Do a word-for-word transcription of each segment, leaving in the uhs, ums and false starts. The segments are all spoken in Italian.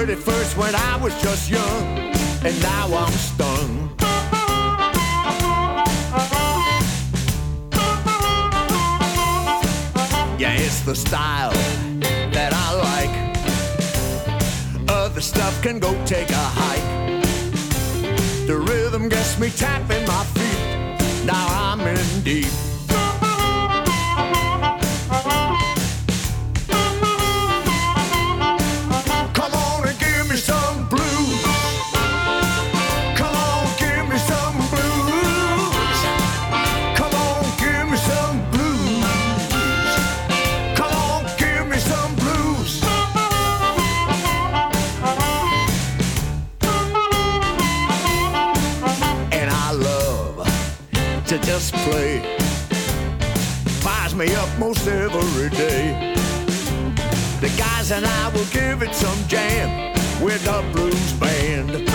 heard it first when I was just young, and now I'm stung. Yeah, it's the style that I like. Other stuff can go take a hike. The rhythm gets me tapping my feet. Now I'm in deep. Come on and give me some blues. Come on, give me some blues. Come on, give me some blues. Come on, give me some blues. And I love to just play. Fires me up most every day. The guys and I will give it some jam with the blues band.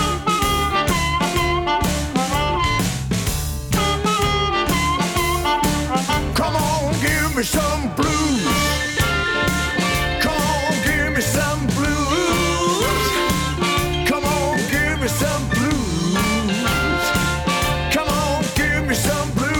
Come on, give me some blues. Come on, give me some blues. Come on, give me some blues. Come on, give me some blues.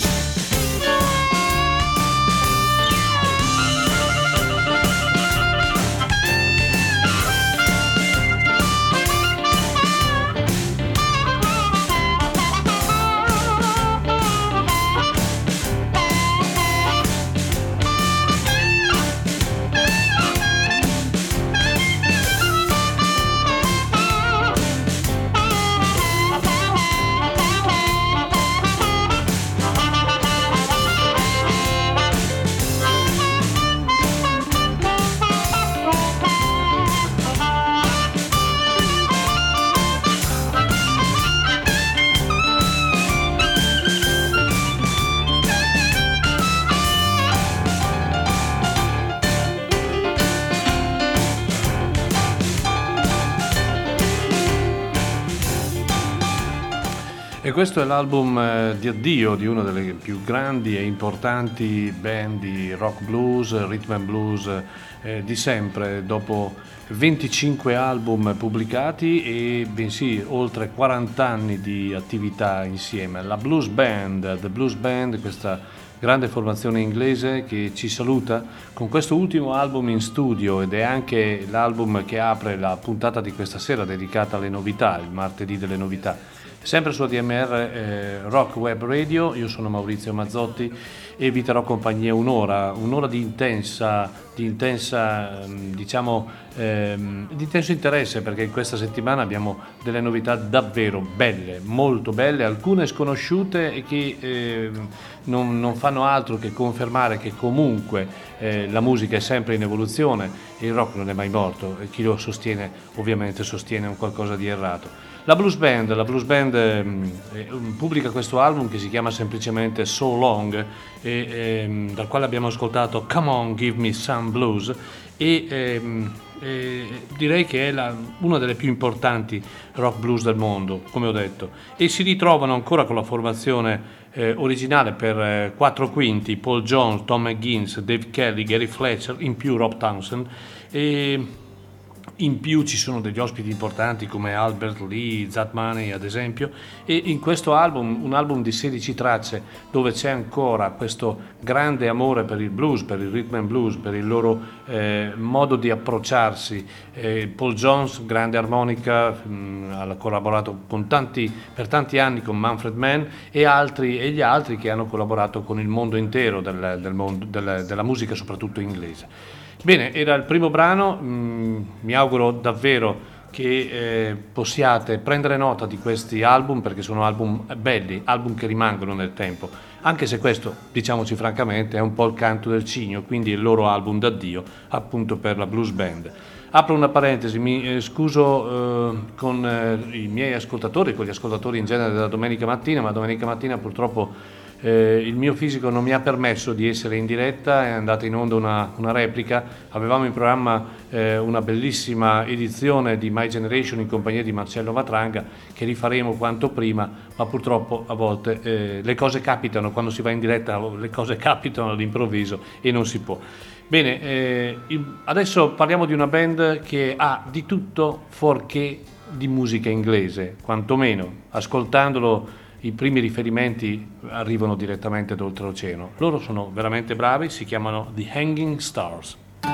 E questo è l'album eh, di addio di una delle più grandi e importanti band di rock blues, rhythm and blues eh, di sempre, dopo venticinque album pubblicati e bensì oltre quaranta anni di attività insieme. La Blues Band, The Blues Band, questa grande formazione inglese che ci saluta con questo ultimo album in studio, ed è anche l'album che apre la puntata di questa sera dedicata alle novità, il martedì delle novità. Sempre su A D M R eh, Rock Web Radio, io sono Maurizio Mazzotti e vi terrò compagnia un'ora, un'ora di intensa, di intensa diciamo, ehm, di intenso interesse, perché in questa settimana abbiamo delle novità davvero belle, molto belle, alcune sconosciute e che eh, non, non fanno altro che confermare che comunque eh, la musica è sempre in evoluzione, il rock non è mai morto e chi lo sostiene ovviamente sostiene un qualcosa di errato. La Blues Band, la Blues Band eh, pubblica questo album che si chiama semplicemente So Long, e, eh, dal quale abbiamo ascoltato Come On Give Me Some Blues, e eh, eh, direi che è la, una delle più importanti rock blues del mondo, come ho detto, e si ritrovano ancora con la formazione eh, originale per eh, quattro quinti, Paul Jones, Tom McGuinness, Dave Kelly, Gary Fletcher, in più Rob Townsend, e in più ci sono degli ospiti importanti come Albert Lee, Zat Money ad esempio, e in questo album, un album di sedici tracce dove c'è ancora questo grande amore per il blues, per il rhythm and blues, per il loro eh, modo di approcciarsi. eh, Paul Jones, grande armonica, mh, ha collaborato con tanti, per tanti anni con Manfred Mann, e altri e gli altri che hanno collaborato con il mondo intero del, del mondo, del, della musica soprattutto inglese. Bene, era il primo brano, mm, mi auguro davvero che eh, possiate prendere nota di questi album, perché sono album belli, album che rimangono nel tempo, anche se questo, diciamoci francamente, è un po' il canto del cigno, quindi il loro album d'addio appunto per la Blues Band. Apro una parentesi, mi eh, scuso eh, con eh, i miei ascoltatori, con gli ascoltatori in genere della domenica mattina, ma domenica mattina purtroppo Eh, il mio fisico non mi ha permesso di essere in diretta, è andata in onda una, una replica. Avevamo in programma eh, una bellissima edizione di My Generation in compagnia di Marcello Vatranga, che rifaremo quanto prima, ma purtroppo a volte eh, le cose capitano, quando si va in diretta le cose capitano all'improvviso e non si può. Bene, eh, il- adesso parliamo di una band che ha di tutto fuorché di musica inglese, quantomeno. Ascoltandolo i primi riferimenti arrivano direttamente da oltreoceano. Loro sono veramente bravi, si chiamano The Hanging Stars.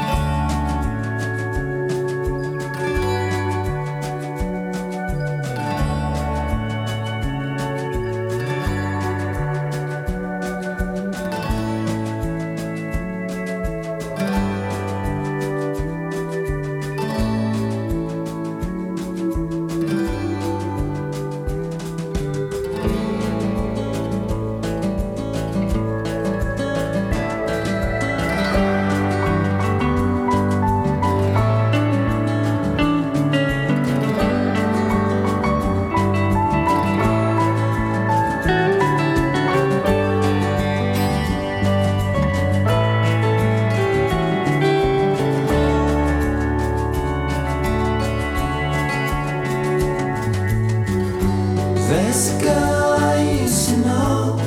There's a girl I used to know.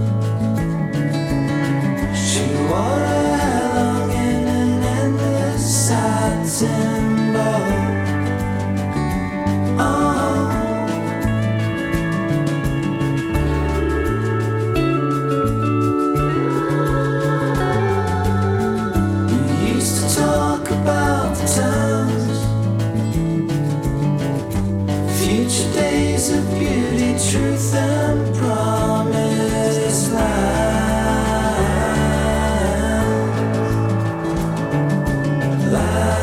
She wore her hair long in an endless satin bow. Oh, we used to talk about the towns, future days of beauty, truth and promised land. Land.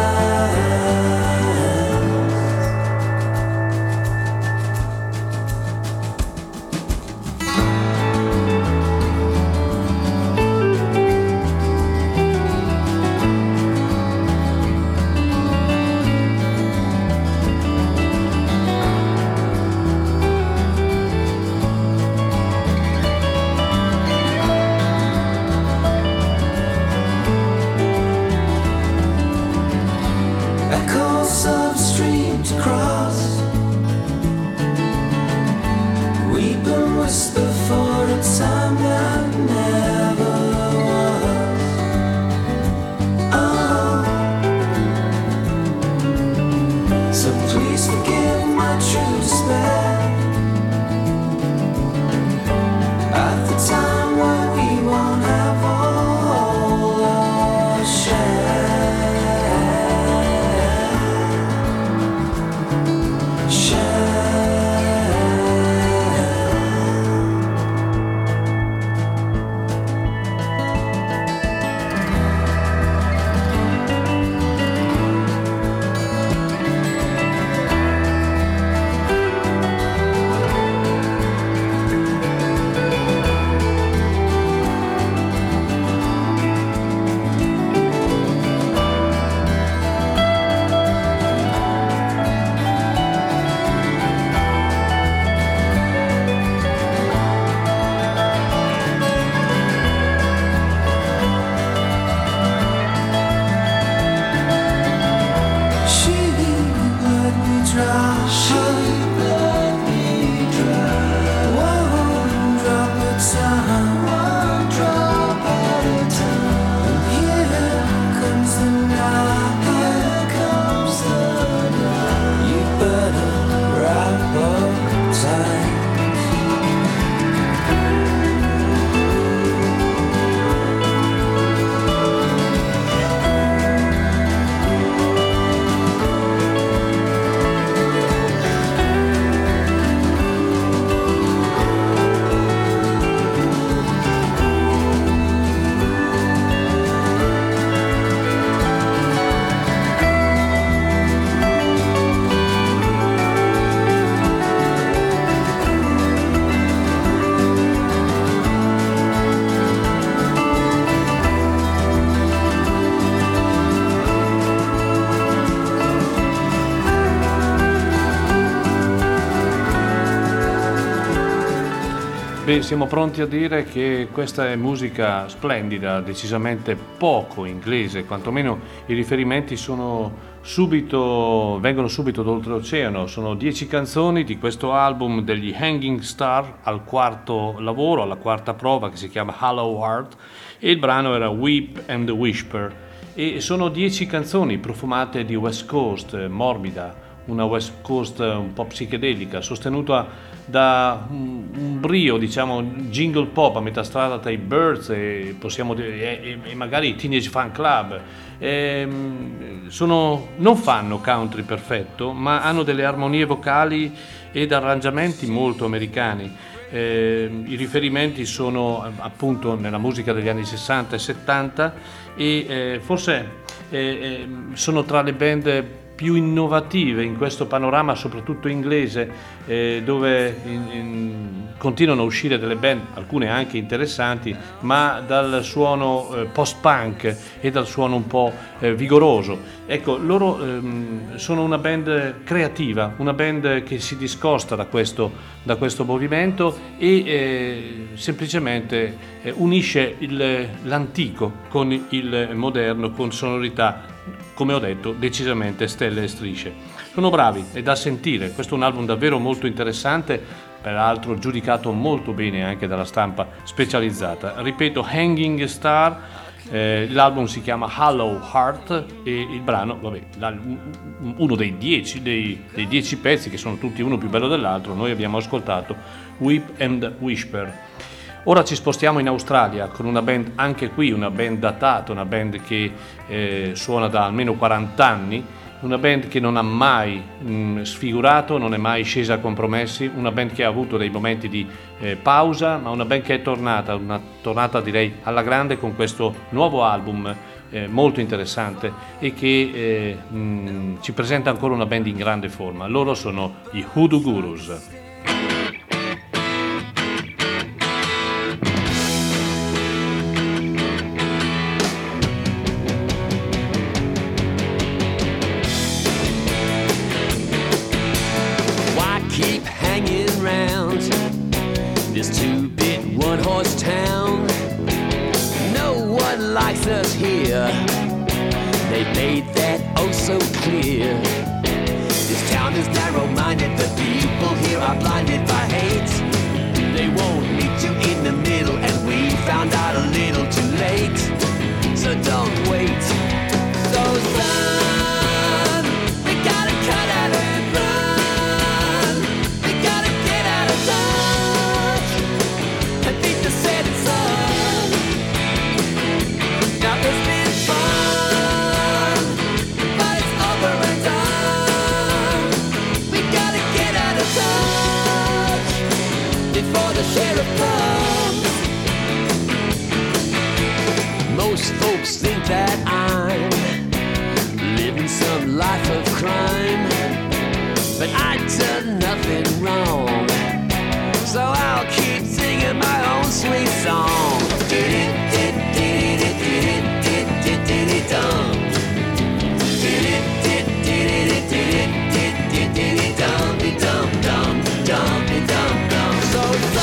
Echoes of streams across, weep and whisper for a time that never was. Oh, so please forgive my true despair. At the time when we won't have all our share. She let me drown. She let me drown. One drop at a time. One drop at a time. Here comes the night. Here comes the night. You better wrap up tight. Beh, siamo pronti a dire che questa è musica splendida, decisamente poco inglese, quantomeno i riferimenti sono, subito, vengono subito d'oltreoceano. Sono dieci canzoni di questo album degli Hanging Star, al quarto lavoro, alla quarta prova, che si chiama Hollow Heart, e il brano era Weep and the Whisper. E sono dieci canzoni profumate di West Coast, morbida, una West Coast un po' psichedelica, sostenuta da un, un brio, diciamo, jingle pop a metà strada tra i Birds e, possiamo dire, e, e magari i Teenage Fan Club. E, sono, non fanno country perfetto, ma hanno delle armonie vocali ed arrangiamenti molto americani. Eh, I riferimenti sono appunto nella musica degli anni sessanta e settanta e eh, forse eh, eh, sono tra le band più innovative in questo panorama, soprattutto inglese, eh, dove in, in, continuano a uscire delle band, alcune anche interessanti, ma dal suono eh, post-punk e dal suono un po' eh, vigoroso. Ecco, loro ehm, sono una band creativa, una band che si discosta da questo, da questo movimento e eh, semplicemente eh, unisce il, l'antico con il moderno, con sonorità, come ho detto, decisamente stelle e strisce. Sono bravi, è da sentire. Questo è un album davvero molto interessante, peraltro giudicato molto bene anche dalla stampa specializzata. Ripeto, Hanging Star, eh, l'album si chiama Hollow Heart e il brano, vabbè, uno dei dieci, dei, dei dieci pezzi, che sono tutti uno più bello dell'altro, noi abbiamo ascoltato Weep and Whisper. Ora ci spostiamo in Australia con una band, anche qui una band datata, una band che eh, suona da almeno quaranta anni, una band che non ha mai mh, sfigurato, non è mai scesa a compromessi, una band che ha avuto dei momenti di eh, pausa, ma una band che è tornata, una tornata direi alla grande con questo nuovo album eh, molto interessante e che eh, mh, ci presenta ancora una band in grande forma. Loro sono gli Hoodoo Gurus. This two-bit, one-horse town. No one likes us here. They've made that oh so clear. This town is narrow-minded. The people here are blinded by hate. They won't meet you in the middle, and we found out a little too late. So don't wait. So son, we gotta cut out and run. We gotta get out of touch and beat the setting sun. Now it's been fun, but it's over and done. We gotta get out of touch before the sheriff comes. Most folks think that I'm living some life of crime, but I done nothing wrong, so I'll keep singing my own sweet song. Dum. Dum dum dum dum dum. So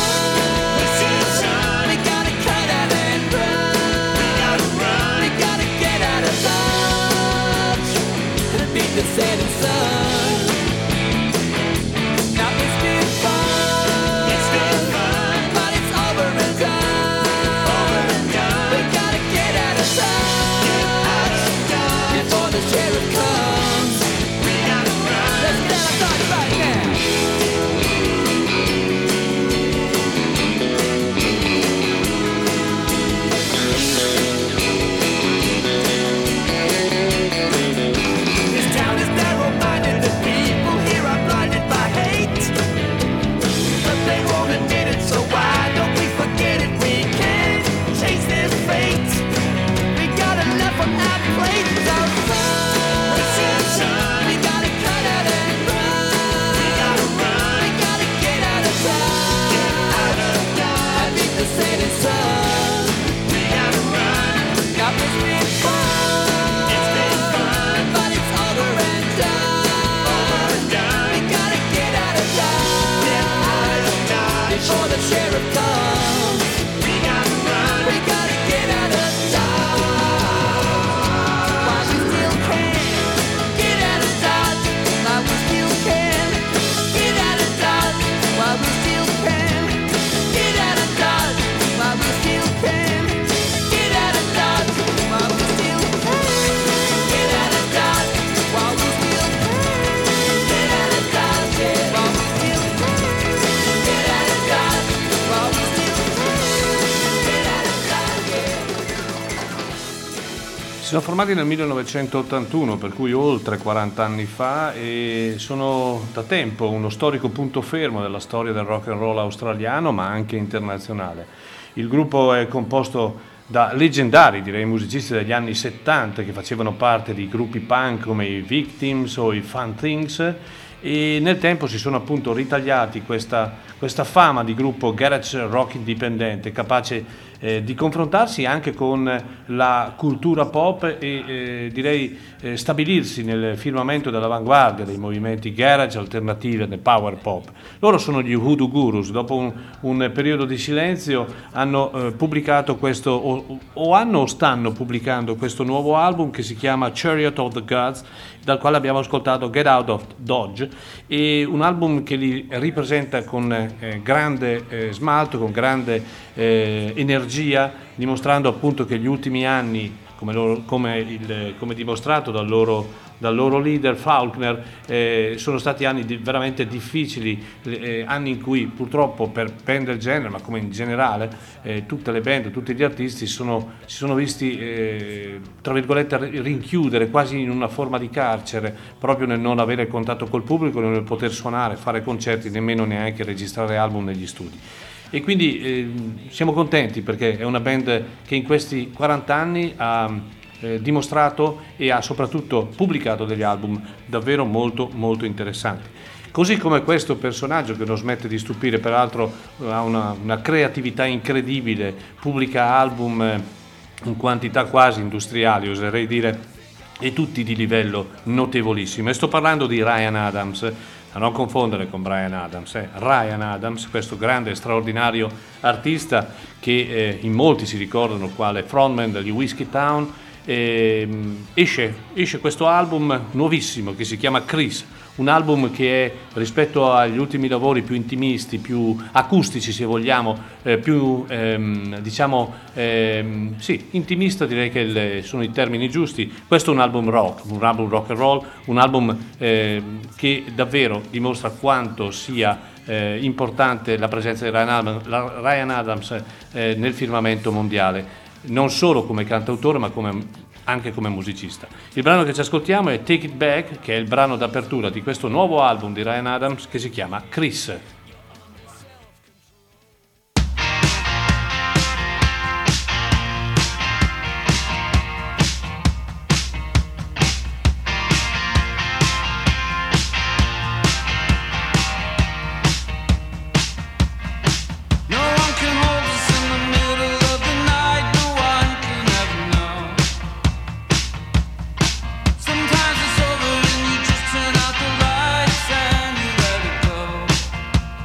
son, we gotta cut out and run. We gotta run. We gotta get out of touch and beat the setting sun. Now it's been fun. It's been fun, but it's over and done. sono formati nel millenovecentottantuno, per cui oltre quaranta anni fa, e sono da tempo uno storico punto fermo della storia del rock and roll australiano, ma anche internazionale. Il gruppo è composto da leggendari, direi, musicisti degli anni settanta che facevano parte di gruppi punk come i Victims o i Fun Things, e nel tempo si sono appunto ritagliati questa, questa fama di gruppo garage rock indipendente, capace eh, di confrontarsi anche con la cultura pop e eh, direi eh, stabilirsi nel firmamento dell'avanguardia dei movimenti garage, alternative e power pop. Loro sono gli Hoodoo Gurus. Dopo un, un periodo di silenzio hanno eh, pubblicato questo o, o hanno o stanno pubblicando questo nuovo album che si chiama Chariot of the Gods, dal quale abbiamo ascoltato Get Out of Dodge, e un album che li ripresenta con eh, grande eh, smalto, con grande eh, energia, dimostrando appunto che gli ultimi anni, come, loro, come, il, come dimostrato dal loro, dal loro leader Faulkner, eh, sono stati anni di, veramente difficili, eh, anni in cui purtroppo per band del genere, ma come in generale eh, tutte le band, tutti gli artisti sono, si sono visti eh, tra virgolette rinchiudere quasi in una forma di carcere, proprio nel non avere contatto col pubblico, nel poter suonare, fare concerti, nemmeno neanche registrare album negli studi. E quindi eh, siamo contenti perché è una band che in questi quaranta anni ha Eh, dimostrato e ha soprattutto pubblicato degli album davvero molto molto interessanti, così come questo personaggio che non smette di stupire, peraltro ha una, una creatività incredibile, pubblica album eh, in quantità quasi industriali, oserei dire, e tutti di livello notevolissimo, e sto parlando di Ryan Adams, a non confondere con Bryan Adams, eh. Ryan Adams, questo grande straordinario artista che eh, in molti si ricordano quale frontman degli Whiskey Town. E, esce, esce questo album nuovissimo che si chiama Chris, un album che è, rispetto agli ultimi lavori, più intimisti, più acustici se vogliamo, eh, più ehm, diciamo ehm, sì, intimista, direi che le, sono i termini giusti. Questo è un album rock, un album rock and roll, un album eh, che davvero dimostra quanto sia eh, importante la presenza di Ryan Adams, la, Ryan Adams eh, nel firmamento mondiale, non solo come cantautore ma come, anche come musicista. Il brano che ci ascoltiamo è Take It Back, che è il brano d'apertura di questo nuovo album di Ryan Adams che si chiama Chris. Sometimes it's over and you just turn out the lights and you let it go.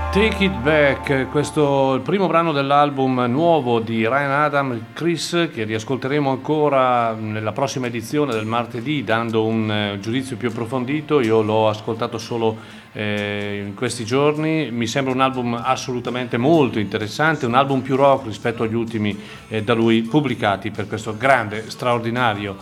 Take It Back, questo è il primo brano dell'album nuovo di Ryan Adams e Chris, che riascolteremo ancora nella prossima edizione del martedì dando un eh, giudizio più approfondito. Io l'ho ascoltato solo eh, in questi giorni, mi sembra un album assolutamente molto interessante, un album più rock rispetto agli ultimi eh, da lui pubblicati, per questo grande, straordinario,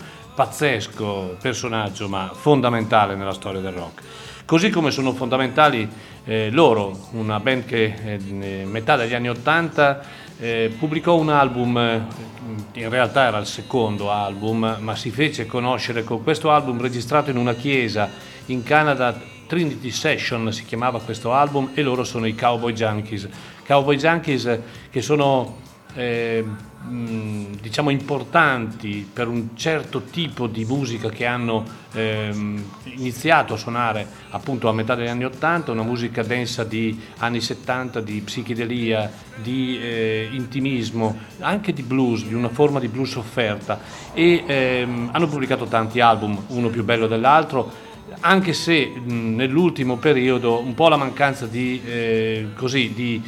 pazzesco personaggio, ma fondamentale nella storia del rock. Così come sono fondamentali eh, loro, una band che eh, metà degli anni ottanta eh, pubblicò un album, eh, in realtà era il secondo album, ma si fece conoscere con questo album registrato in una chiesa in Canada, Trinity Session si chiamava questo album, e loro sono i Cowboy Junkies. Cowboy Junkies che sono eh, mh, diciamo importanti per un certo tipo di musica che hanno ehm, iniziato a suonare appunto a metà degli anni ottanta, una musica densa di anni settanta, di psichedelia, di eh, intimismo, anche di blues, di una forma di blues sofferta, e ehm, hanno pubblicato tanti album, uno più bello dell'altro, anche se mh, nell'ultimo periodo un po' la mancanza di eh, così di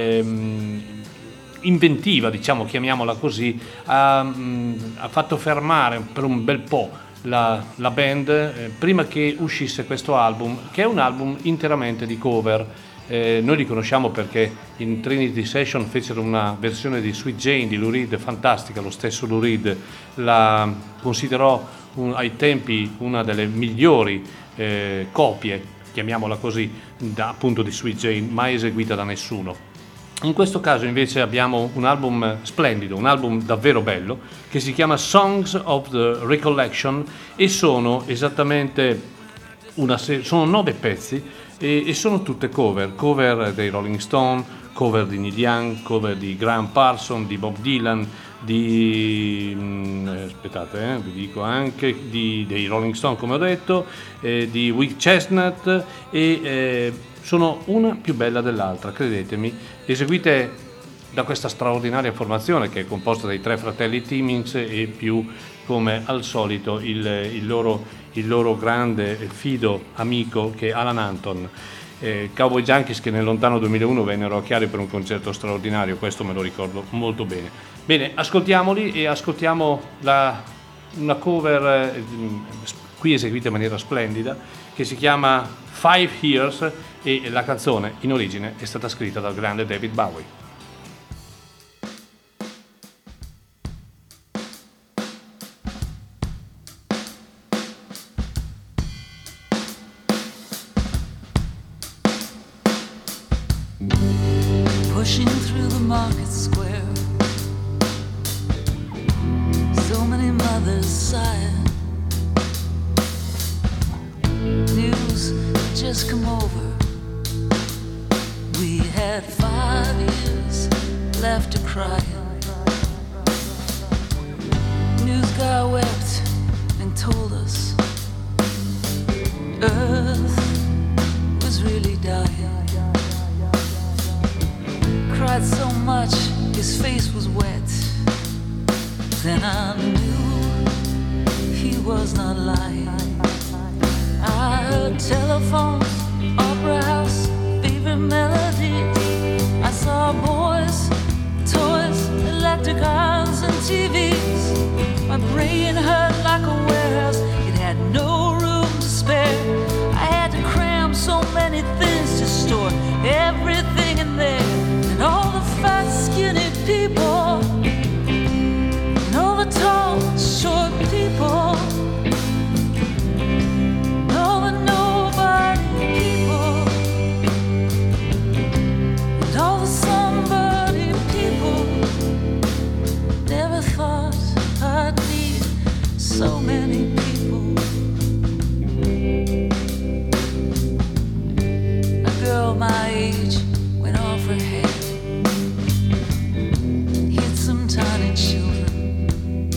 ehm, inventiva, diciamo, chiamiamola così, ha, mh, ha fatto fermare per un bel po' la, la band eh, prima che uscisse questo album, che è un album interamente di cover. Eh, noi li conosciamo perché in Trinity Session fecero una versione di Sweet Jane di Lou Reed fantastica, lo stesso Lou Reed la considerò un, ai tempi una delle migliori eh, copie, chiamiamola così, da, appunto di Sweet Jane, mai eseguita da nessuno. In questo caso invece abbiamo un album splendido, un album davvero bello, che si chiama Songs of the Recollection, e sono esattamente una serie, sono nove pezzi e, e sono tutte cover, cover dei Rolling Stone, cover di Neil Young, cover di Graham Parsons, di Bob Dylan, di mh, aspettate, eh, vi dico anche di, dei Rolling Stone, come ho detto, eh, di Wick Chestnut, e eh, sono una più bella dell'altra, credetemi, eseguite da questa straordinaria formazione che è composta dai tre fratelli Timmins e più, come al solito, il, il, loro, il loro grande fido amico che è Alan Anton. Eh, Cowboy Junkies che nel lontano duemilauno vennero a Chiari per un concerto straordinario, questo me lo ricordo molto bene. Bene, ascoltiamoli, e ascoltiamo la, una cover eh, qui eseguita in maniera splendida, che si chiama Five Years, e la canzone in origine è stata scritta dal grande David Bowie. Pushing through the market square, so many mothers sighing. News had just come over. We had five years left to cry. News guy wept and told us Earth was really dying. Cried so much his face was wet. Then I knew he was not lying. I heard telephones, opera house, favorite melodies. I saw boys, toys, electric irons and T Vs. My brain hurt like a warehouse, it had no room to spare. I had to cram so many things to store everything in there. And all the fat, skinny people, and all the tall, short people, and all the nobody people, and all the somebody people. Never thought I'd need so many people. A girl my age went off her head, tiny children.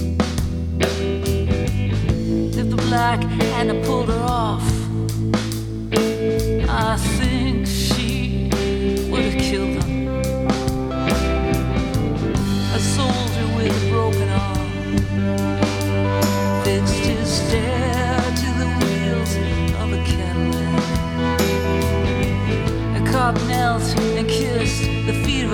If the black hadn't pulled her off, I think she would have killed them. A soldier with a broken arm fixed his stare to the wheels of a Cadillac. A cop knelt and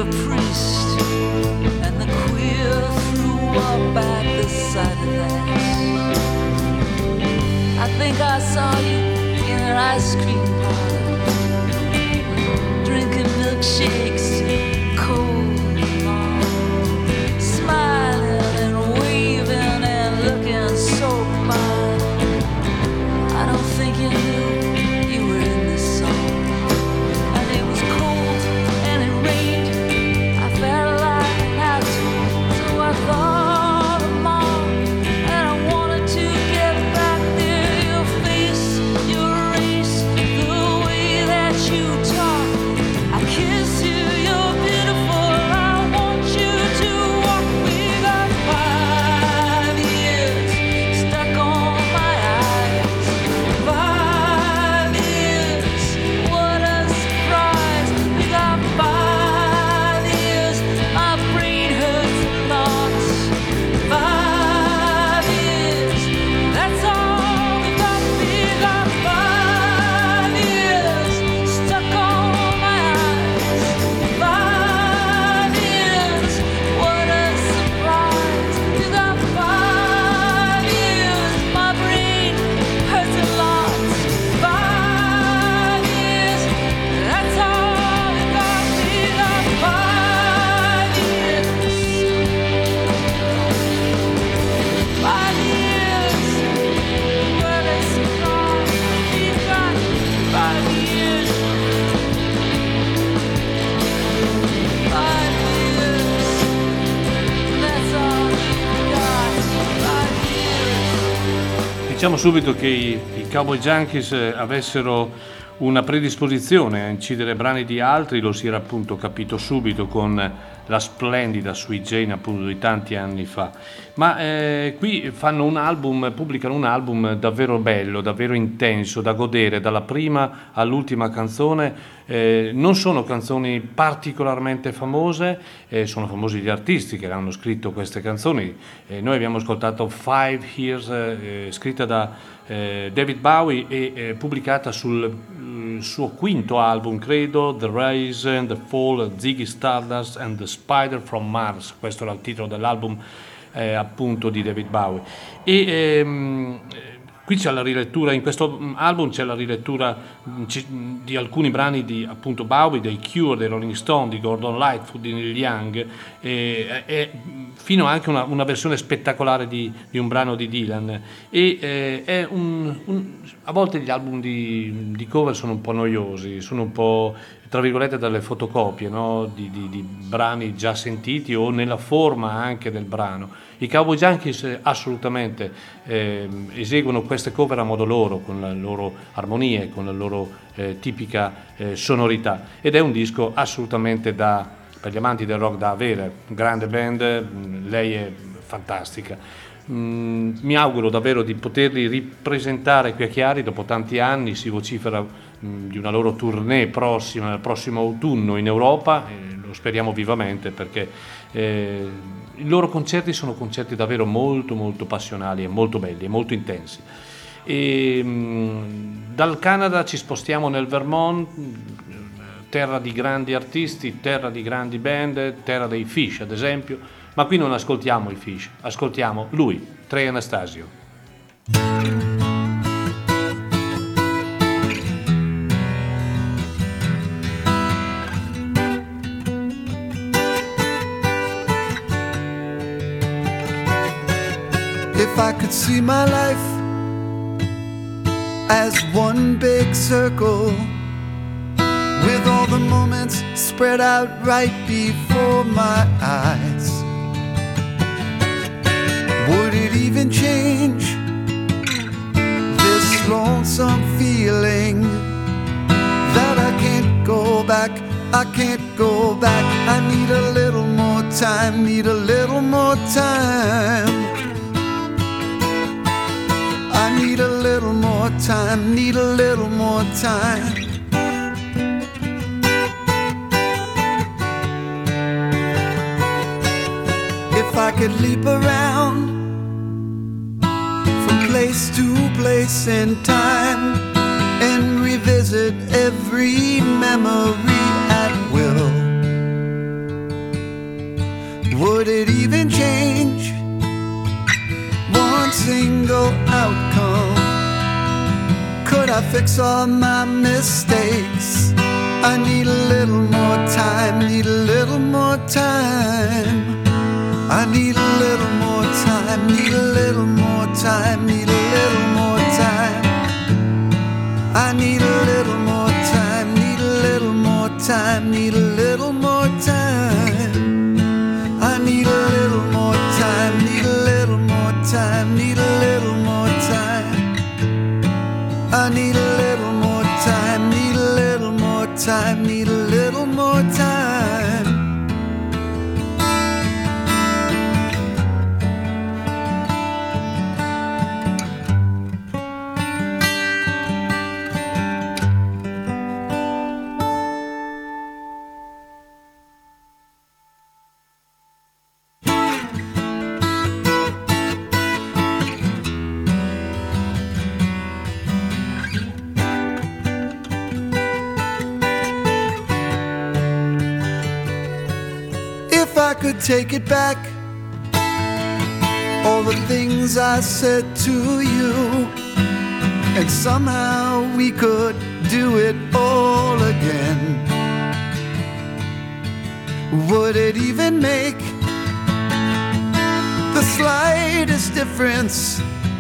a priest, and the queer threw up at the sight of that. I think I saw you in an ice cream parlor, drinking milkshakes, cold and long, smiling and waving and looking so fine. I don't think you knew you were in this song. And it was cold and it rained. I felt like I had to, so I thought of Mom, and I wanted to get back there. Your face, your race, the way that you talk. I kiss you, you're beautiful. I want you to walk. We got five years stuck on my eyes. Five years, what a surprise. We got five years, my brain hurts a lot. Five years, that's all we got. We got five years stuck on my eyes. Five years, what a surprise. We got five years, my brain hurts a lot. Five years, that's all we got. We got five years. Five years, what a surprise. We got five years. Five years, that's all we got. Five years. Diciamo subito che i, i Cowboy Junkies eh, avessero una predisposizione a incidere brani di altri, lo si era appunto capito subito con la splendida Sweet Jane appunto di tanti anni fa, ma eh, qui fanno un album, pubblicano un album davvero bello, davvero intenso, da godere dalla prima all'ultima canzone. Eh, non sono canzoni particolarmente famose, eh, sono famosi gli artisti che hanno scritto queste canzoni. Eh, noi abbiamo ascoltato Five Years, eh, scritta da eh, David Bowie e eh, pubblicata sul mm, suo quinto album, credo, The Rise and the Fall of Ziggy Stardust and the Spider from Mars. Questo era il titolo dell'album eh, appunto di David Bowie. E ehm, qui c'è la rilettura, in questo album c'è la rilettura di alcuni brani di appunto Bowie, dei Cure, dei Rolling Stone, di Gordon Lightfoot, di Neil Young, e, e fino anche una, una versione spettacolare di, di un brano di Dylan. E eh, è un, un, a volte gli album di, di cover sono un po' noiosi, sono un po' tra virgolette delle fotocopie, no? di, di, di brani già sentiti o nella forma anche del brano. I Cowboy Junkies assolutamente eh, eseguono queste cover a modo loro, con le loro armonie, con la loro eh, tipica eh, sonorità, ed è un disco assolutamente da, per gli amanti del rock, da avere. Grande band, lei è fantastica. Mm, mi auguro davvero di poterli ripresentare qui a Chiari dopo tanti anni. Si vocifera mm, di una loro tournée prossima, il prossimo autunno in Europa, e lo speriamo vivamente, perché eh, i loro concerti sono concerti davvero molto molto passionali e molto belli e molto intensi. E, mh, dal Canada ci spostiamo nel Vermont, terra di grandi artisti, terra di grandi band, terra dei Fish ad esempio, ma qui non ascoltiamo i Fish, ascoltiamo lui, Trey Anastasio. If I could see my life as one big circle, with all the moments spread out right before my eyes, would it even change this lonesome feeling that I can't go back, I can't go back? I need a little more time, need a little more time. I need a little more time, need a little more time. If I could leap around from place to place in time and revisit every memory at will, Would it even change one single outcome? Could I fix all my mistakes? I need a little more time, need a little more time. I need a little more time, need a little more time, need a little more time. I need a little more time, need a little more time, need a little more time. I need a little more time, need a little more time, need a little more time. I need a little more time, need a little more time, need a little more time. If I could take it back, all the things I said to you, and somehow we could do it all again, would it even make the slightest difference?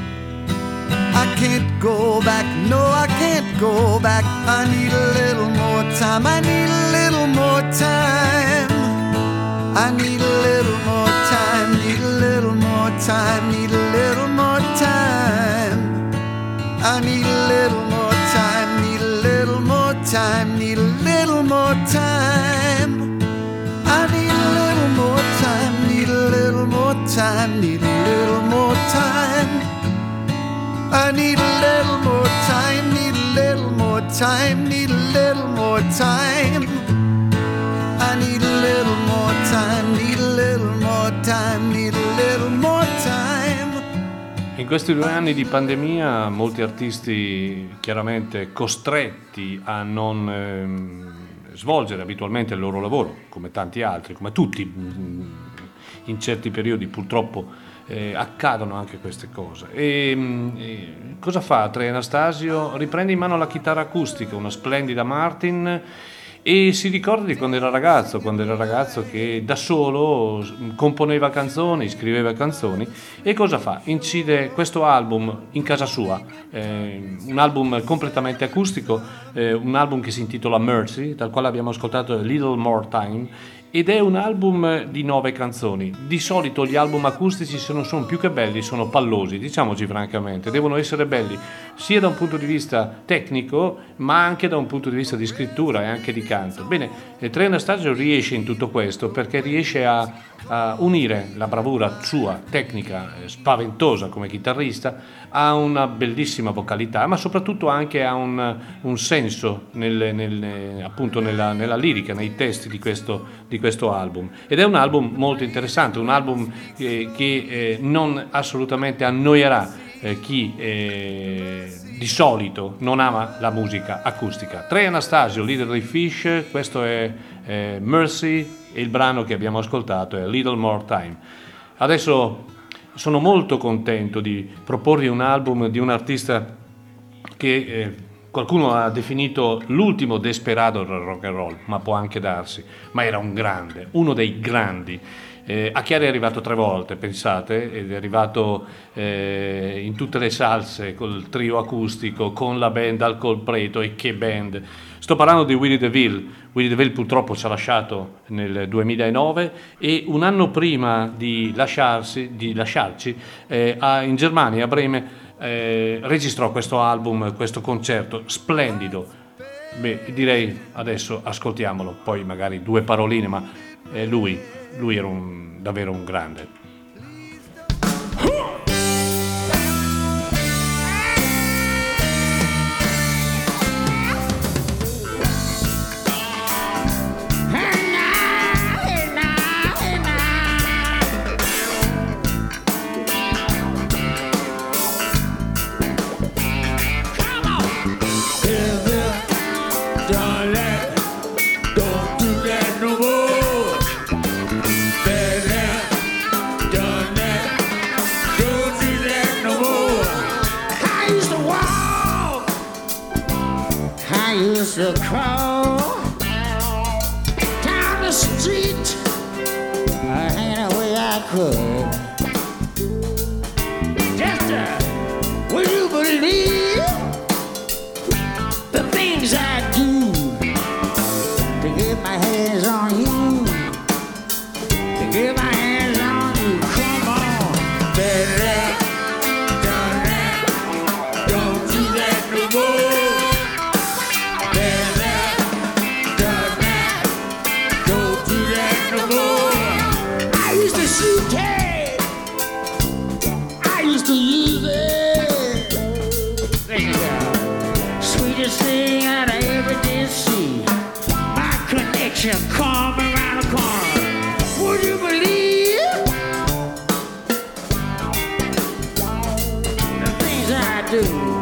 I can't go back, no I can't go back. I need a little more time, I need a little more time. I need a little more time, need a little more time, need a little more time. I need a little more time, need a little more time, need a little more time. I need a little more time, need a little more time, need a little more time. I need a little more time, need a little more time, need a little more time. I need a little more time, need a little more time, need a little more time. In questi due anni di pandemia molti artisti chiaramente costretti a non ehm, svolgere abitualmente il loro lavoro, come tanti altri, come tutti in certi periodi purtroppo eh, accadono anche queste cose. E, e cosa fa Trey Anastasio? Riprende in mano la chitarra acustica, una splendida Martin, e si ricorda di quando era ragazzo, quando era ragazzo che da solo componeva canzoni, scriveva canzoni. E cosa fa? Incide questo album in casa sua, eh, un album completamente acustico, eh, un album che si intitola Mercy, dal quale abbiamo ascoltato A Little More Time, ed è un album di nove canzoni. Di solito gli album acustici, se non sono più che belli, sono pallosi, diciamoci francamente, devono essere belli sia da un punto di vista tecnico ma anche da un punto di vista di scrittura e anche di canto. Bene, Trey Anastasio riesce in tutto questo perché riesce a, a unire la bravura sua tecnica eh, spaventosa come chitarrista a una bellissima vocalità, ma soprattutto anche a un, un senso nel, nel, appunto nella, nella lirica, nei testi di questo, di questo album. Ed è un album molto interessante, un album eh, che eh, non assolutamente annoierà eh, chi eh, di solito non ama la musica acustica. Trey Anastasio, leader dei Fish, questo è eh, Mercy e il brano che abbiamo ascoltato è A Little More Time. Adesso sono molto contento di proporvi un album di un artista che eh, qualcuno ha definito l'ultimo Desperado del rock and roll, ma può anche darsi, ma era un grande, uno dei grandi. Eh, a Chiari è arrivato tre volte, pensate, ed è arrivato eh, in tutte le salse col trio acustico, con la band al Colpreto, e che band! Sto parlando di Willie DeVille. Willie DeVille purtroppo ci ha lasciato nel duemilanove e un anno prima di, lasciarsi, di lasciarci eh, a, in Germania, a Bremen, eh, registrò questo album, questo concerto splendido. Beh, direi adesso ascoltiamolo, poi magari due paroline, ma eh, lui, lui era un, davvero un grande. Don't do that no more. Bad I used to crawl down the street any way I could. Just uh, will you believe the things I do to get my hands on you, to get my hands on you? Come on, baby. Don't do that no more. I used to use it. Sweetest thing that I ever did see. My connection come around the corner. Would you believe the things I do?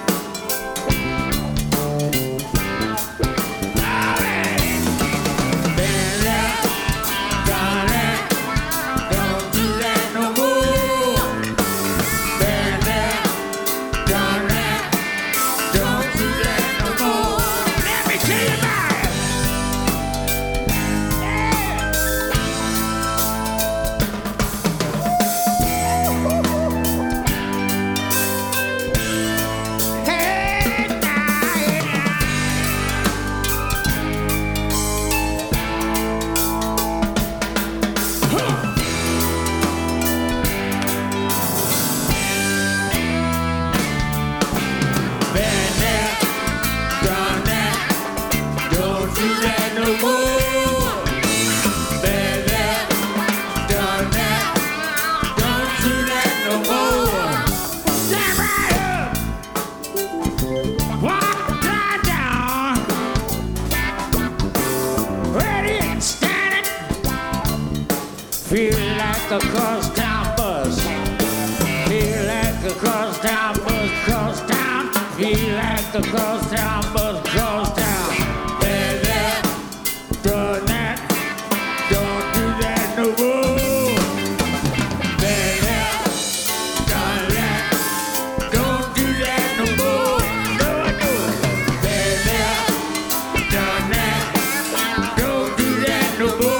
Feel like a crosstown bus. Feel like a crosstown bus, crosstown. Feel like a crosstown bus, crosstown. Baby, done that. Don't do that no more. Baby, done that. Don't do that no more. No, no. Baby, done that. Don't do that no more.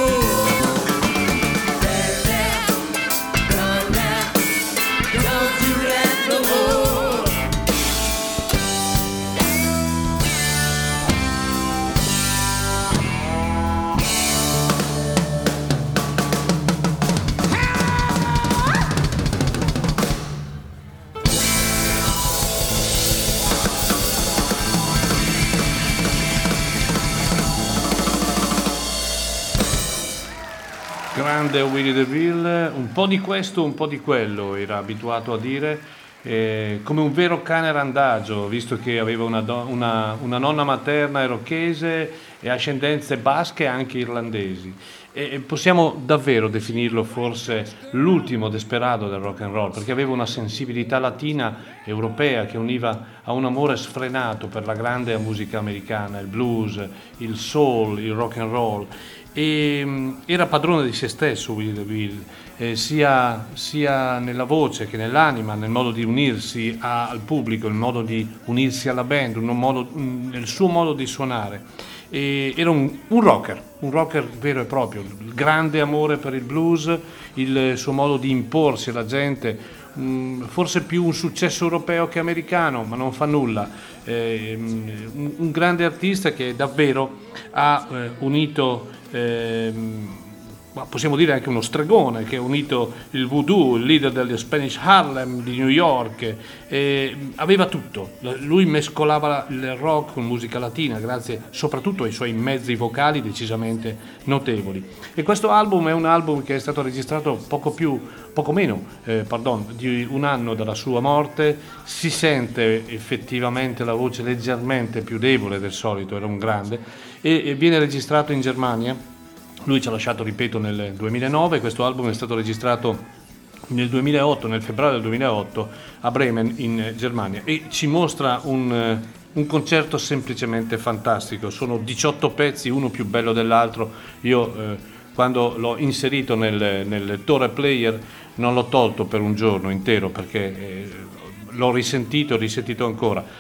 Grande Willie DeVille, un po' di questo, un po' di quello, era abituato a dire, eh, come un vero cane randagio, visto che aveva una, do- una, una nonna materna irochese e ascendenze basche e anche irlandesi. E possiamo davvero definirlo forse l'ultimo Desperado del rock and roll, perché aveva una sensibilità latina europea che univa a un amore sfrenato per la grande musica americana, il blues, il soul, il rock and roll. E um, era padrone di se stesso Willie DeVille, eh, sia, sia nella voce che nell'anima, nel modo di unirsi a, al pubblico, nel modo di unirsi alla band, un modo, un, nel suo modo di suonare. E era un, un rocker, un rocker vero e proprio, il grande amore per il blues, il suo modo di imporsi alla gente, um, forse più un successo europeo che americano, ma non fa nulla. Eh, un, un grande artista che davvero ha eh, unito, eh, possiamo dire anche uno stregone, che ha unito il voodoo, il leader degli Spanish Harlem di New York, eh, aveva tutto. Lui mescolava il rock con musica latina grazie soprattutto ai suoi mezzi vocali decisamente notevoli. E questo album è un album che è stato registrato poco più poco meno eh, pardon, di un anno dalla sua morte. Si sente effettivamente la voce leggermente più debole del solito, era un grande, e, e viene registrato in Germania. Lui ci ha lasciato, ripeto, nel duemilanove. Questo album è stato registrato nel duemilaotto, nel febbraio del duemilaotto a Bremen in Germania, e ci mostra un, un concerto semplicemente fantastico. Sono diciotto pezzi, uno più bello dell'altro. Io eh, quando l'ho inserito nel, nel Tore Player non l'ho tolto per un giorno intero, perché eh, l'ho risentito, risentito ancora.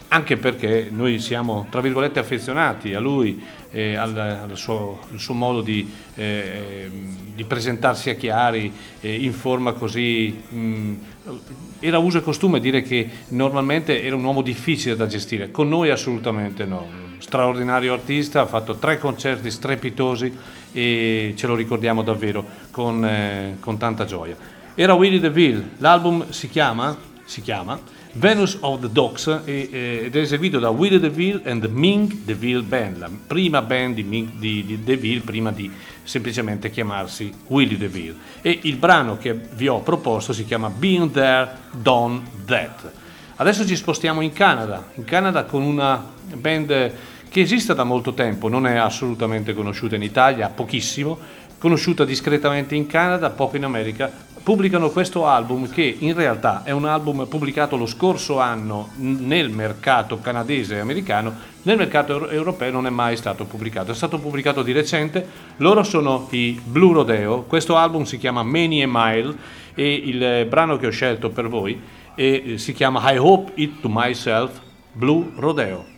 anche perché noi siamo tra virgolette affezionati a lui e al, al, suo, al suo modo di, eh, di presentarsi a Chiari eh, in forma così mh, era uso e costume dire che normalmente era un uomo difficile da gestire, con noi assolutamente no, straordinario artista, ha fatto tre concerti strepitosi e ce lo ricordiamo davvero con, eh, con tanta gioia. Era Willie DeVille, l'album si chiama, si chiama Venus of the Dogs e, eh, ed è eseguito da Willie DeVille and the Ming DeVille Band, la prima band di, Ming, di, di DeVille prima di semplicemente chiamarsi Willie DeVille, e il brano che vi ho proposto si chiama Been There, Done That. Adesso ci spostiamo in Canada, in Canada con una band che esiste da molto tempo, non è assolutamente conosciuta in Italia, pochissimo, conosciuta discretamente in Canada, poco in America. Pubblicano questo album che in realtà è un album pubblicato lo scorso anno nel mercato canadese e americano, nel mercato europeo non è mai stato pubblicato, è stato pubblicato di recente. Loro sono i Blue Rodeo, questo album si chiama Many a Mile e il brano che ho scelto per voi e si chiama I Hope It to Myself, Blue Rodeo.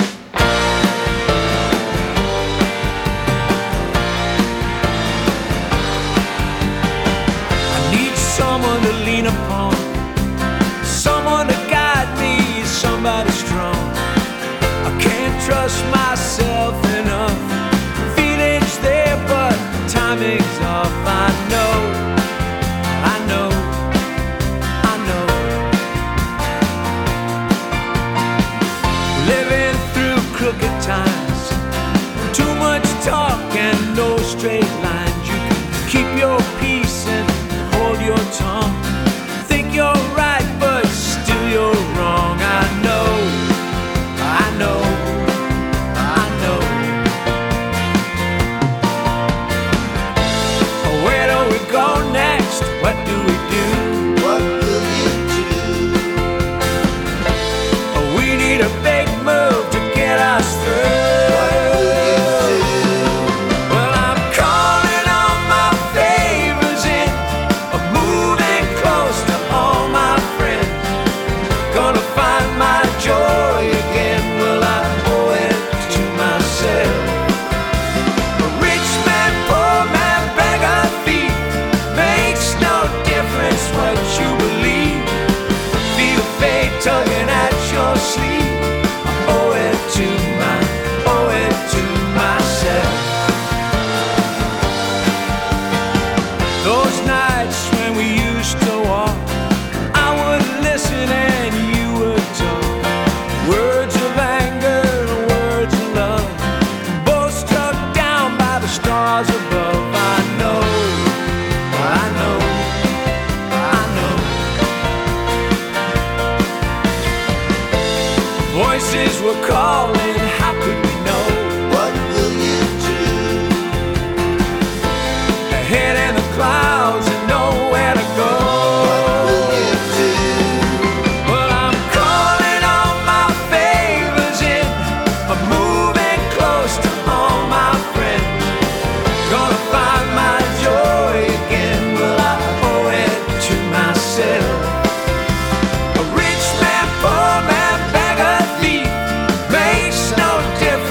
Someone to lean upon, someone to guide me, somebody strong. I can't trust myself enough. Feelings there, but timing's off. I know, I know, I know. Living through crooked times, too much talk and no straight lines. You can keep your peace and hold your tongue. Think you're right, but still you're wrong. I know, I know, I know. Where do we go next? What do we do? What will you do? We need a big move to get us through. Tugging at your sleeve, I owe it to my, owe it to myself. Those nights when we used to walk, I would listen and you would talk. Words of anger, words of love, both struck down by the stars above. I know, I know. Voices were calling, how could we know? What will you do? Ahead in the clouds and nowhere to go. What will you do? Well, I'm calling all my favors in, I'm moving close to all my friends. Gonna find my joy again, well, I owe it to myself. A rich man, poor man, beggar, thief, makes no difference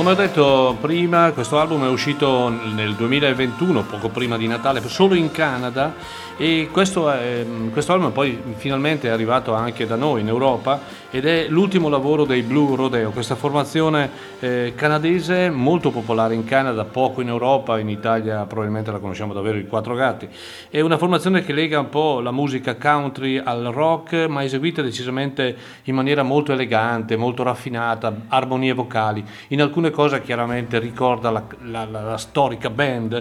come ho detto prima, questo album è uscito nel duemilaventuno, poco prima di Natale, solo in Canada, e questo, è, questo album poi finalmente è arrivato anche da noi in Europa ed è l'ultimo lavoro dei Blue Rodeo, questa formazione eh, canadese molto popolare in Canada, poco in Europa, in Italia probabilmente la conosciamo davvero, i Quattro Gatti. È una formazione che lega un po' la musica country al rock, ma eseguita decisamente in maniera molto elegante, molto raffinata, armonie vocali. In alcune cose chiaramente ricorda la, la, la, la storica band,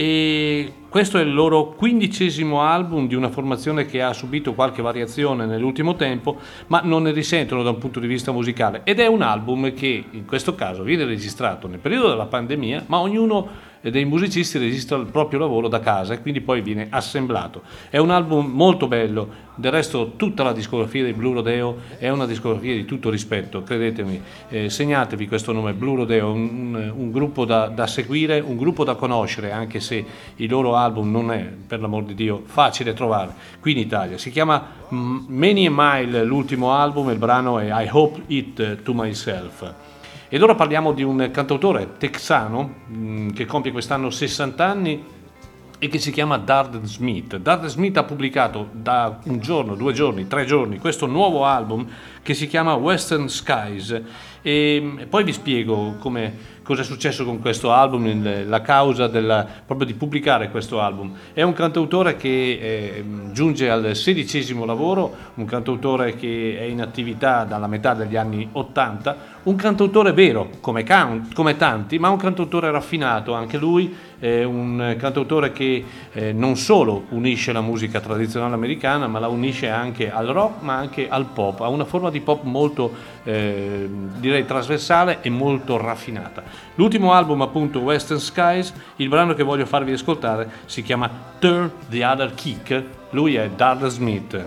e questo è il loro quindicesimo album di una formazione che ha subito qualche variazione nell'ultimo tempo, ma non ne risentono da un punto di vista musicale, ed è un album che in questo caso viene registrato nel periodo della pandemia, ma ognuno dei musicisti registra il proprio lavoro da casa e quindi poi viene assemblato. È un album molto bello, del resto tutta la discografia dei Blue Rodeo è una discografia di tutto rispetto, credetemi, eh, segnatevi questo nome, Blue Rodeo, un, un gruppo da, da seguire, un gruppo da conoscere, anche se il loro album non è, per l'amor di Dio, facile trovare qui in Italia. Si chiama Many a Mile, l'ultimo album, il brano è I Hope It to Myself. Ed ora parliamo di un cantautore texano mh, che compie quest'anno sessanta anni e che si chiama Darden Smith. Darden Smith ha pubblicato da un giorno, due giorni, tre giorni questo nuovo album che si chiama Western Skies, e poi vi spiego come cosa è successo con questo album, la causa della, proprio di pubblicare questo album. È un cantautore che eh, giunge al sedicesimo lavoro, un cantautore che è in attività dalla metà degli anni ottanta, un cantautore vero come, can- come tanti, ma un cantautore raffinato anche lui, è un cantautore che eh, non solo unisce la musica tradizionale americana, ma la unisce anche al rock, ma anche al pop, ha una forma di pop molto eh, direi trasversale e molto raffinata. L'ultimo album, appunto, Western Skies, il brano che voglio farvi ascoltare si chiama Turn the Other Kick, lui è Darden Smith.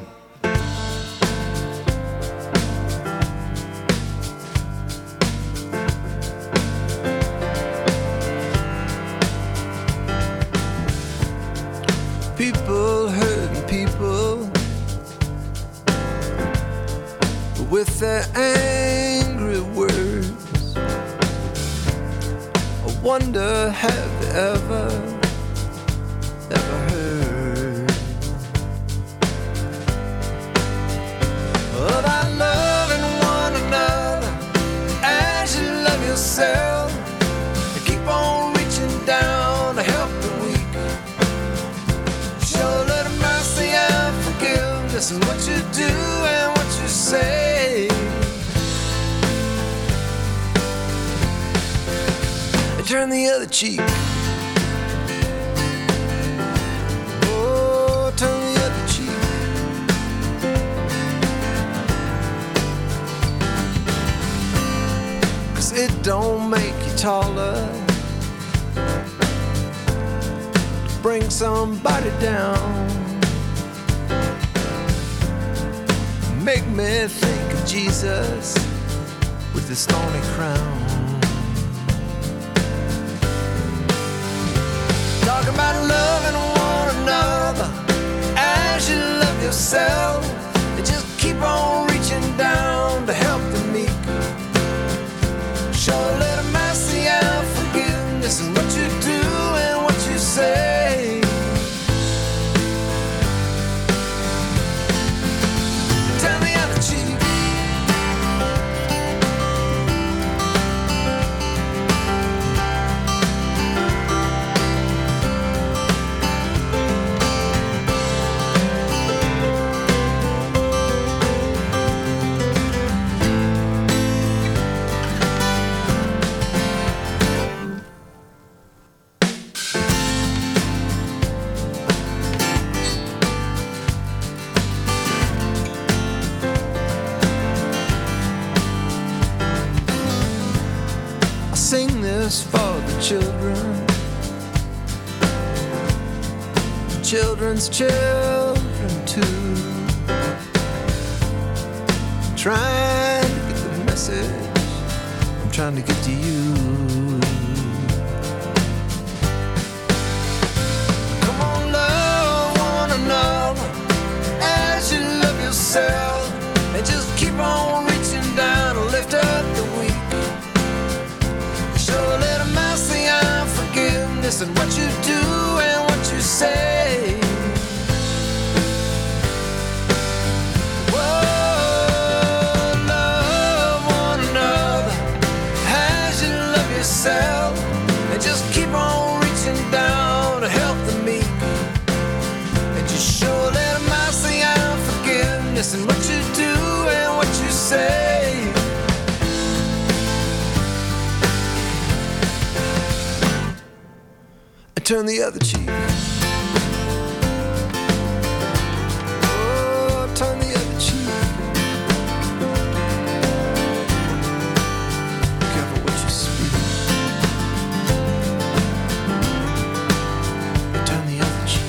People hurting people with their angry words. I wonder, have they ever, ever heard about loving one another as you love yourself, and keep on reaching down to help the weak? Show a little mercy and forgiveness in what you do and what you say. And turn the other cheek. Oh, turn the other cheek. Cause it don't make you taller, bring somebody down. Make me think of Jesus with his thorny crown. Talk about loving one another as you love yourself, and just keep on reaching down to help the meek. Show a little mercy and forgiveness in what you do and what you say. Turn the other cheek. Sing this for the children, children's children too, trying to get the message I'm trying to get to you. Come on, love one another as you love yourself, and just keep on reaching down to lift up the weak. missing what you do and what you say. Whoa, love one another as you love yourself, and just keep on reaching down to help the meek, and just show that mercy and forgiveness in what you do and what you say. And turn the other cheek. Oh, turn the other cheek. Careful what you speak. Turn the other cheek.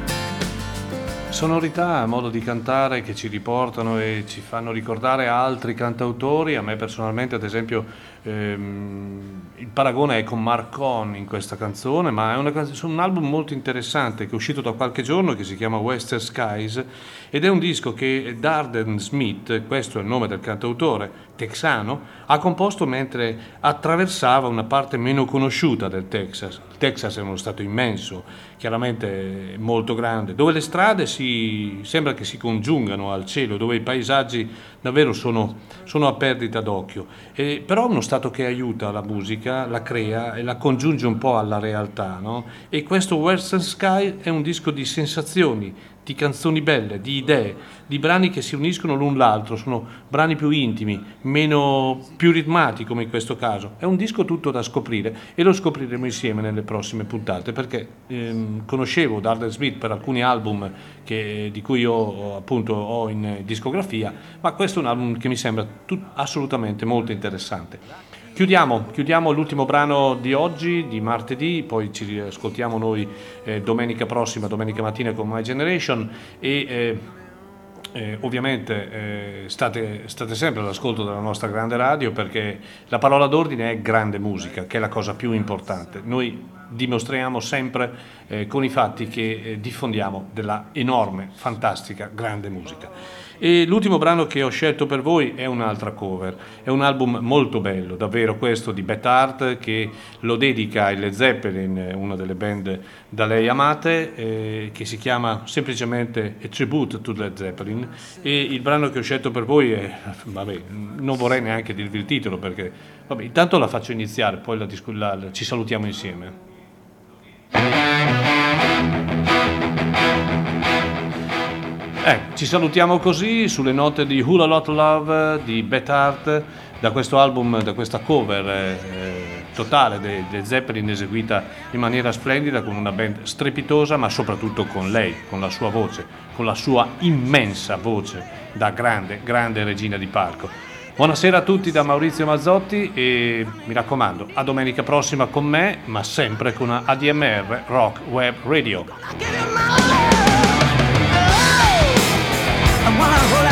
Sonorità, modo di cantare che ci riportano e ci fanno ricordare altri cantautori. A me personalmente, ad esempio, ehm, il paragone è con Marconi in questa canzone, ma è una canz- un album molto interessante che è uscito da qualche giorno, che si chiama Western Skies, ed è un disco che Darden Smith, questo è il nome del cantautore texano, ha composto mentre attraversava una parte meno conosciuta del Texas. Il Texas è uno stato immenso, chiaramente molto grande, dove le strade si sembra che si congiungano al cielo, dove i paesaggi davvero sono, sono a perdita d'occhio, e, però è uno stato che aiuta la musica, la crea e la congiunge un po' alla realtà, no? E questo Western Sky è un disco di sensazioni, di canzoni belle, di idee, di brani che si uniscono l'un l'altro, sono brani più intimi, meno più ritmati come in questo caso. È un disco tutto da scoprire e lo scopriremo insieme nelle prossime puntate, perché ehm, conoscevo Darden Smith per alcuni album che, di cui io appunto ho in discografia, ma questo è un album che mi sembra tut- assolutamente molto interessante. Chiudiamo, chiudiamo l'ultimo brano di oggi, di martedì, poi ci ascoltiamo noi eh, domenica prossima, domenica mattina con My Generation, e eh, eh, ovviamente eh, state, state sempre all'ascolto della nostra grande radio, perché la parola d'ordine è grande musica, che è la cosa più importante. Noi dimostriamo sempre eh, con i fatti che eh, diffondiamo della enorme, fantastica, grande musica. E l'ultimo brano che ho scelto per voi è un'altra cover, è un album molto bello, davvero, questo di Beth Hart, che lo dedica ai Led Zeppelin, una delle band da lei amate, eh, che si chiama semplicemente A Tribute to Led Zeppelin, e il brano che ho scelto per voi è, vabbè, non vorrei neanche dirvi il titolo, perché vabbè, intanto la faccio iniziare, poi la, la, la, ci salutiamo insieme. Eh, ci salutiamo così sulle note di Whole Lot Love di Beth Hart, da questo album, da questa cover eh, totale dei de Zeppelin, eseguita in maniera splendida con una band strepitosa, ma soprattutto con lei, con la sua voce, con la sua immensa voce da grande, grande regina di palco. Buonasera a tutti da Maurizio Mazzotti e mi raccomando, a domenica prossima con me, ma sempre con A D M R Rock Web Radio. I wanna hold